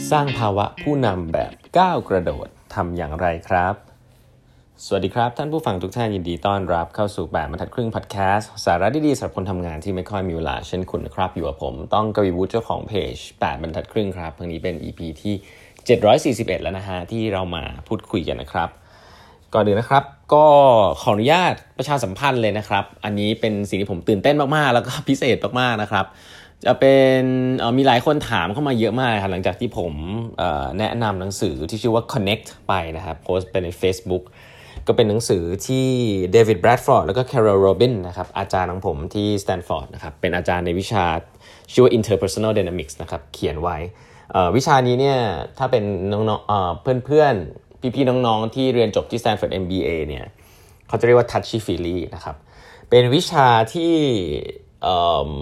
สร้างภาวะผู้นำแบบก้าวกระโดดทำอย่างไรครับสวัสดีครับท่านผู้ฟังทุกท่านยินดีต้อนรับเข้าสู่8บรรทัดครึ่งพอดแคสต์สาระดีๆสำหรับคนทำงานที่ไม่ค่อยมีเวลาเช่นคุณนะครับอยู่กับผมต้องกวีวุฒิเจ้าของเพจ8บรรทัดครึ่งครับวันนี้เป็น EP ที่741แล้วนะฮะที่เรามาพูดคุยกันนะครับก่อนอื่นนะครับก็ขออนุญาตประชาสัมพันธ์เลยนะครับอันนี้เป็นสิ่งที่ผมตื่นเต้นมากๆแล้วก็พิเศษมากๆนะครับจะเป็นมีหลายคนถามเข้ามาเยอะมากครับหลังจากที่ผมแนะนำหนังสือที่ชื่อว่า Connect ไปนะครับโพสต์ไปใน Facebook ก็เป็นหนังสือที่เดวิดแบรดฟอร์ดแล้วก็แคโรลโรบินนะครับอาจารย์ของผมที่สแตนฟอร์ดนะครับเป็นอาจารย์ในวิชาชื่อว่า Interpersonal Dynamics นะครับเขียนไว้วิชานี้เนี่ยถ้าเป็นน้องๆเพื่อนๆพี่ๆน้องๆที่เรียนจบที่ Stanford MBA เนี่ยเขาจะเรียกว่า Touchy Feely นะครับเป็นวิชาที่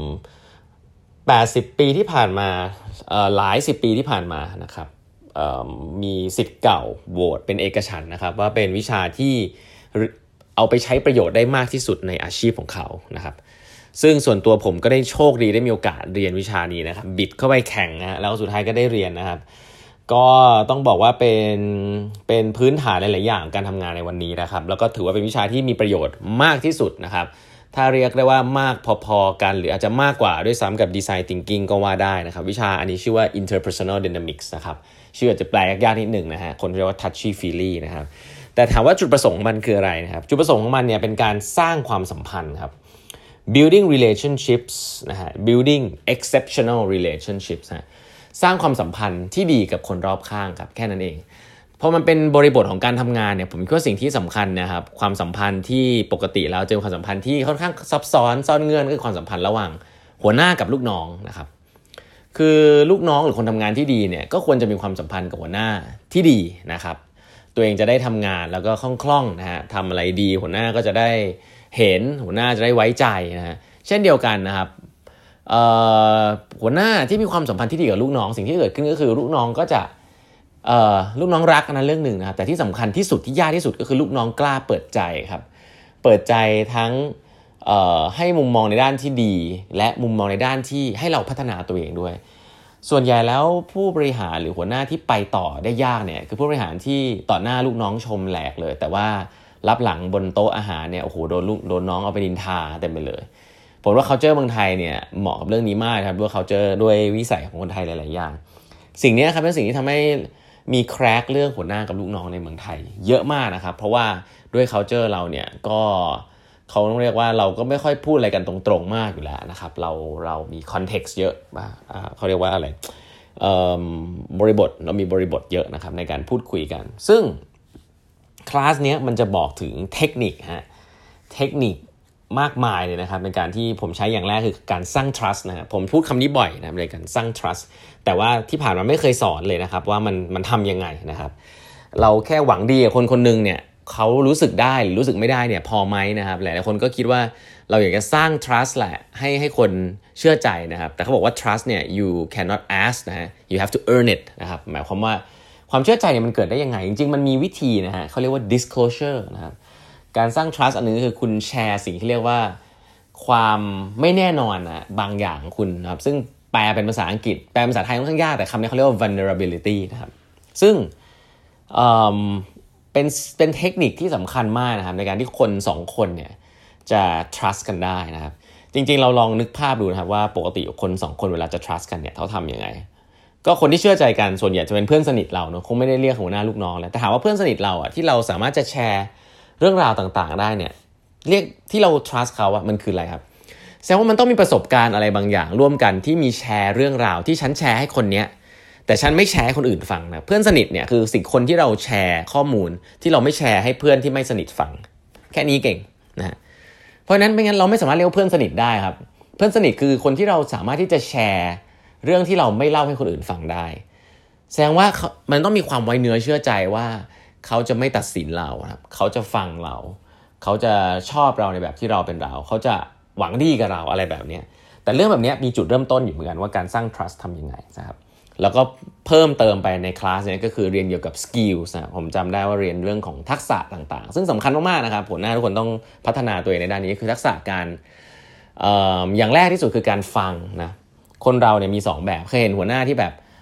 80 ปีที่ผ่านมาหลาย10ปีที่ผ่านมานะครับมีศิษย์เก่าโหวตเป็นเอกฉันท์นะครับว่าเป็นวิชาที่เอาไปใช้ประโยชน์ได้มากที่สุดในอาชีพของเขานะครับซึ่งส่วนตัวผมก็ได้โชคดีได้มีโอกาสเรียนวิชานี้นะครับบิดเข้าไปแข่งนะแล้วสุดท้ายก็ได้เรียนนะครับก็ต้องบอกว่าเป็นพื้นฐานหลายๆอย่างการทำงานในวันนี้นะครับแล้วก็ถือว่าเป็นวิชาที่มีประโยชน์มากที่สุดนะครับถ้าเรียกได้ว่ามากพอๆกันหรืออาจจะมากกว่าด้วยซ้ำกับ Design Thinking ก็ว่าได้นะครับวิชาอันนี้ชื่อว่า Interpersonal Dynamics นะครับชื่ออาจจะแปลยากๆนิดหนึ่งนะฮะคนเรียกว่า Touchy Feely นะครับแต่ถามว่าจุดประสงค์ของมันคืออะไรนะครับจุดประสงค์ของมันเนี่ยเป็นการสร้างความสัมพันธ์ครับ building relationships นะฮะ building exceptional relationships นะสร้างความสัมพันธ์ที่ดีกับคนรอบข้างครับแค่นั้นเองพอมันเป็นบริบทของการทำงานเนี่ยผมคิดว่าสิ่งที่สำคัญนะครับความสัมพันธ์ที่ปกติแล้วเจอความสัมพันธ์ที่ค่อนข้างซับซ้อนซ่อนเงื่อนคือความสัมพันธ์ระหว่างหัวหน้ากับลูกน้องนะครับคือลูกน้องหรือคนทำงานที่ดีเนี่ยก็ควรจะมีความสัมพันธ์กับหัวหน้าที่ดีนะครับตัวเองจะได้ทำงานแล้วก็คล่องๆนะฮะทำอะไรดีหัวหน้าก็จะได้เห็นหัวหน้าจะได้ไว้ใจนะฮะเช่นเดียวกันนะครับหัวหน้าที่มีความสัมพันธ์ที่ดีกับลูกน้องสิ่งที่เกิดขึ้นก็คือลูกน้องก็จะลูกน้องรักนะเรื่องหนึ่งนะครับแต่ที่สำคัญที่สุดที่ยากที่สุดก็คือลูกน้องกล้าเปิดใจครับเปิดใจทั้งให้มุมมองในด้านที่ดีและมุมมองในด้านที่ให้เราพัฒนาตัวเองด้วยส่วนใหญ่แล้วผู้บริหารหรือหัวหน้าที่ไปต่อได้ยากเนี่ยคือผู้บริหารที่ต่อหน้าลูกน้องชมแหลกเลยแต่ว่ารับหลังบนโต๊ะอาหารเนี่ยโอ้โหโดนน้องเอาไปนินทาเต็มไปเลยผมว่า culture เมืองไทยเนี่ยเหมาะกับเรื่องนี้มากครับด้วย culture ด้วยวิสัยของคนไทยหลายๆอย่างสิ่งนี้ครับเป็นสิ่งที่ทำให้มีแคร็กเรื่องหัวหน้ากับลูกน้องในเมืองไทยเยอะมากนะครับเพราะว่าด้วย culture เราเนี่ยก็เขาต้องเรียกว่าเราก็ไม่ค่อยพูดอะไรกันตรงๆมากอยู่แล้วนะครับเรามี context เยอะเขาเรียกว่าอะไรบริบทเรามีบริบทเยอะนะครับในการพูดคุยกันซึ่งคลาสนี้มันจะบอกถึงเทคนิคมากมายเลยนะครับในการที่ผมใช้อย่างแรกคือการสร้าง trust นะครับผมพูดคำนี้บ่อยนะครับในการสร้าง trust แต่ว่าที่ผ่านมาไม่เคยสอนเลยนะครับว่ามันทำยังไงนะครับเราแค่หวังดีกับคนนึงเนี่ยเขารู้สึกได้หรือรู้สึกไม่ได้เนี่ยพอไหมนะครับหลายๆคนก็คิดว่าเราอยากจะสร้าง trust แหละให้คนเชื่อใจนะครับแต่เขาบอกว่า trust เนี่ย you cannot ask นะฮะ you have to earn it นะครับหมายความว่าความเชื่อใจเนี่ยมันเกิดได้ยังไงจริงๆมันมีวิธีนะฮะเขาเรียกว่า disclosure นะครับการสร้าง trust อันนึงคือคุณแชร์สิ่งที่เรียกว่าความไม่แน่นอนนะบางอย่างของคุณนะครับซึ่งแปลเป็นภาษาอังกฤษแปลเป็นภาษาไทยค่อนข้างยากแต่คำนี้เขาเรียกว่า vulnerability นะครับซึ่งเป็นเทคนิคที่สำคัญมากนะครับในการที่คน2คนเนี่ยจะ trust กันได้นะครับจริงๆเราลองนึกภาพดูนะครับว่าปกติคน2คนเวลาจะ trust กันเนี่ยเขาทำยังไงก็คนที่เชื่อใจกันส่วนใหญ่จะเป็นเพื่อนสนิทเราเนอะคงไม่ได้เรียกหัวหน้าลูกน้องแล้วแต่ถามว่าเพื่อนสนิทเราอ่ะที่เราสามารถจะแชร์เรื่องราวต่างๆได้เนี่ยเรียกที่เรา trust เขาอะมันคืออะไรครับแสดงว่ามันต้องมีประสบการณ์อะไรบางอย่างร่วมกันที่มีแชร์เรื่องราวที่ฉันแชร์ให้คนเนี้ยแต่ฉันไม่แชร์ให้คนอื่นฟังนะเพื่อนสนิทเนี่ยคือสิ่งคนที่เราแชร์ข้อมูลที่เราไม่แชร์ให้เพื่อนที่ไม่สนิทฟังแค่นี้เก่งนะฮะเพราะฉะนั้นไม่งั้นเราไม่สามารถเรียกว่าเพื่อนสนิทได้ครับเพื่อนสนิทคือคนที่เราสามารถที่จะแชร์เรื่องที่เราไม่เล่าให้คนอื่นฟังได้แสดงว่ามันต้องมีความไว้เนื้อเชื่อใจว่าเขาจะไม่ตัดสินเราครับเขาจะฟังเราเขาจะชอบเราในแบบที่เราเป็นเราเขาจะหวังดีกับเราอะไรแบบนี้แต่เรื่องแบบนี้มีจุดเริ่มต้นอยู่เหมือนกันว่าการสร้าง trust ทำยังไงนะครับแล้วก็เพิ่มเติมไปในคลาสนี้ก็คือเรียนเกี่ยวกับ skills นะผมจำได้ว่าเรียนเรื่องของทักษะต่างๆซึ่งสำคัญมากๆนะครับหัวหน้าทุกคนต้องพัฒนาตัวเองในด้านนี้คือทักษะการอย่างแรกที่สุดคือการฟังนะคนเราเนี่ยมี2แบบเคยเห็นหัวหน้าที่แบบ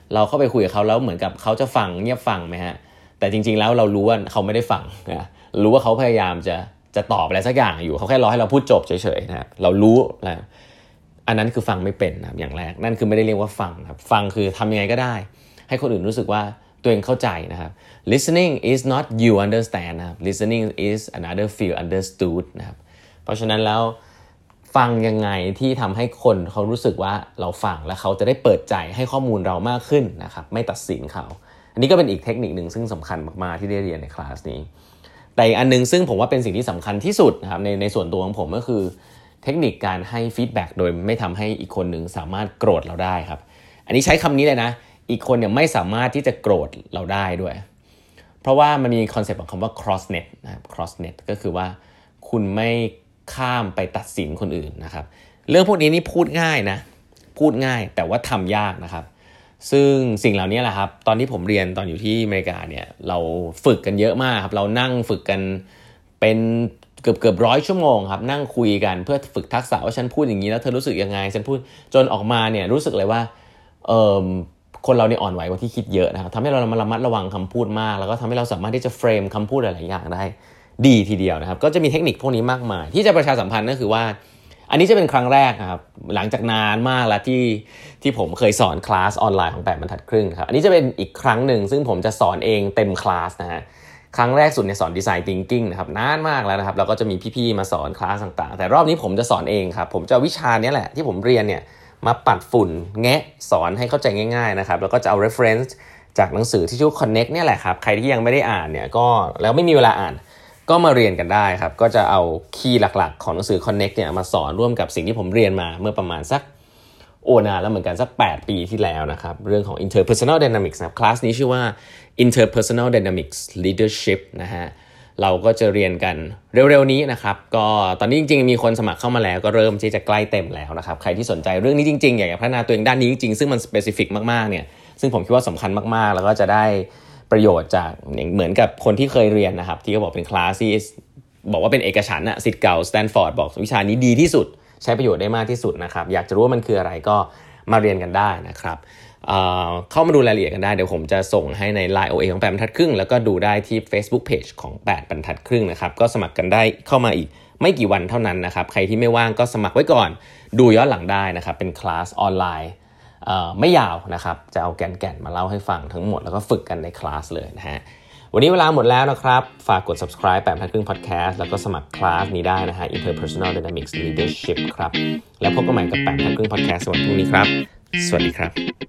เราเข้าไปคุยกับเขาแล้วเหมือนกับเขาจะฟังเงียบฟังไหมฮะแต่จริงๆแล้วเรารู้ว่าเขาไม่ได้ฟังนะรู้ว่าเขาพยายามจะตอบอะไรสักอย่างอยู่เขาแค่รอให้เราพูดจบเฉยๆนะครับเรารู้แล้วอันนั้นคือฟังไม่เป็นนะครับอย่างแรกนั่นคือไม่ได้เรียกว่าฟังครับฟังคือทำยังไงก็ได้ให้คนอื่นรู้สึกว่าตัวเองเข้าใจนะครับ listening is not you understand นะครับ listening is another feel understood นะครับเพราะฉะนั้นแล้วฟังยังไงที่ทำให้คนเขารู้สึกว่าเราฟังแล้วเขาจะได้เปิดใจให้ข้อมูลเรามากขึ้นนะครับไม่ตัดสินเขาอันนี้ก็เป็นอีกเทคนิคหนึ่งซึ่งสำคัญมากๆที่ได้เรียนในคลาสนี้แต่อีกอันนึงซึ่งผมว่าเป็นสิ่งที่สำคัญที่สุดนะครับในส่วนตัวของผมก็คือเทคนิคการให้ฟีดแบ็กโดยไม่ทำให้อีกคนหนึ่งสามารถโกรธเราได้ครับอันนี้ใช้คำนี้เลยนะอีกคนเนี่ยไม่สามารถที่จะโกรธเราได้ด้วยเพราะว่ามันมีคอนเซปต์ของคำว่า cross net นะครับ cross net ก็คือว่าคุณไม่ข้ามไปตัดสินคนอื่นนะครับเรื่องพวกนี้นี่พูดง่ายนะพูดง่ายแต่ว่าทำยากนะครับซึ่งสิ่งเหล่านี้แหละครับตอนที่ผมเรียนตอนอยู่ที่อเมริกาเนี่ยเราฝึกกันเยอะมากครับเรานั่งฝึกกันเป็นเกือบ100 ชั่วโมงครับนั่งคุยกันเพื่อฝึกทักษะว่าฉันพูดอย่างนี้แล้วเธอรู้สึกยังไงฉันพูดจนออกมาเนี่ยรู้สึกเลยว่าคนเราเนี่ยอ่อนไหวกว่าที่คิดเยอะนะครับทำให้เรามาระมัดระวังคำพูดมากแล้วก็ทำให้เราสามารถที่จะเฟรมคำพูดหลายๆอย่างได้ดีทีเดียวนะครับก็จะมีเทคนิคพวกนี้มากมายที่จะประชาสัมพันธ์ก็คือว่าอันนี้จะเป็นครั้งแรกครับหลังจากนานมากแล้วที่ผมเคยสอนคลาสออนไลน์ของ8 บรรทัดครึ่งครับอันนี้จะเป็นอีกครั้งหนึ่งซึ่งผมจะสอนเองเต็มคลาสนะฮะครั้งแรกสุดเนี่ยสอน Design Thinking นะครับนานมากแล้วนะครับแล้วก็จะมีพี่ๆมาสอนคลาสต่างๆแต่รอบนี้ผมจะสอนเองครับผมจะเอาวิชานี้แหละที่ผมเรียนเนี่ยมาปัดฝุ่นแงะสอนให้เข้าใจง่ายๆนะครับแล้วก็จะเอา reference จากหนังสือที่ชื่อ Connect เนี่ยแหละครับใครที่ยังไม่ได้อ่านเนี่ยก็แล้วไม่มีเวลาอ่านก็มาเรียนกันได้ครับก็จะเอาคีย์หลักๆของหนังสือ Connect เนี่ยมาสอนร่วมกับสิ่งที่ผมเรียนมาเมื่อประมาณสักนานแล้วเหมือนกันสัก8 ปีที่แล้วนะครับเรื่องของ interpersonal dynamics นะครับคลาสนี้ชื่อว่า interpersonal dynamics leadership นะฮะเราก็จะเรียนกันเร็วๆนี้นะครับก็ตอนนี้จริงๆมีคนสมัครเข้ามาแล้วก็เริ่มที่จะใกล้เต็มแล้วนะครับใครที่สนใจเรื่องนี้จริงๆอยากจะพัฒนาตัวเองด้านนี้จริงๆซึ่งมัน specific มากๆเนี่ยซึ่งผมคิดว่าสำคัญมากๆแล้วก็จะได้ประโยชน์จากเหมือนกับคนที่เคยเรียนนะครับที่เขาบอกเป็นคลาสที่บอกว่าเป็นเอกฉันท์ศิษย์เก่าสแตนฟอร์ดบอกวิชานี้ดีที่สุดใช้ประโยชน์ได้มากที่สุดนะครับอยากจะรู้ว่ามันคืออะไรก็มาเรียนกันได้นะครับเข้ามาดูรายละเอียดกันได้เดี๋ยวผมจะส่งให้ใน Line OA ของ8 บรรทัดครึ่งแล้วก็ดูได้ที่ Facebook Page ของ8 บรรทัดครึ่งนะครับก็สมัครกันได้เข้ามาอีกไม่กี่วันเท่านั้นนะครับใครที่ไม่ว่างก็สมัครไว้ก่อนดูย้อนหลังได้นะครับเป็นคลาสออนไลน์ไม่ยาวนะครับจะเอาแก่นๆมาเล่าให้ฟังทั้งหมดแล้วก็ฝึกกันในคลาสเลยนะฮะวันนี้เวลาหมดแล้วนะครับฝากกด subscribe 8 บรรทัดครึ่ง podcast แล้วก็สมัครคลาสนี้ได้นะฮะ interpersonal dynamics leadership ครับแล้วพบกันใหม่กับ8 บรรทัดครึ่ง podcast วันพรุ่งนี้ครับสวัสดีครับ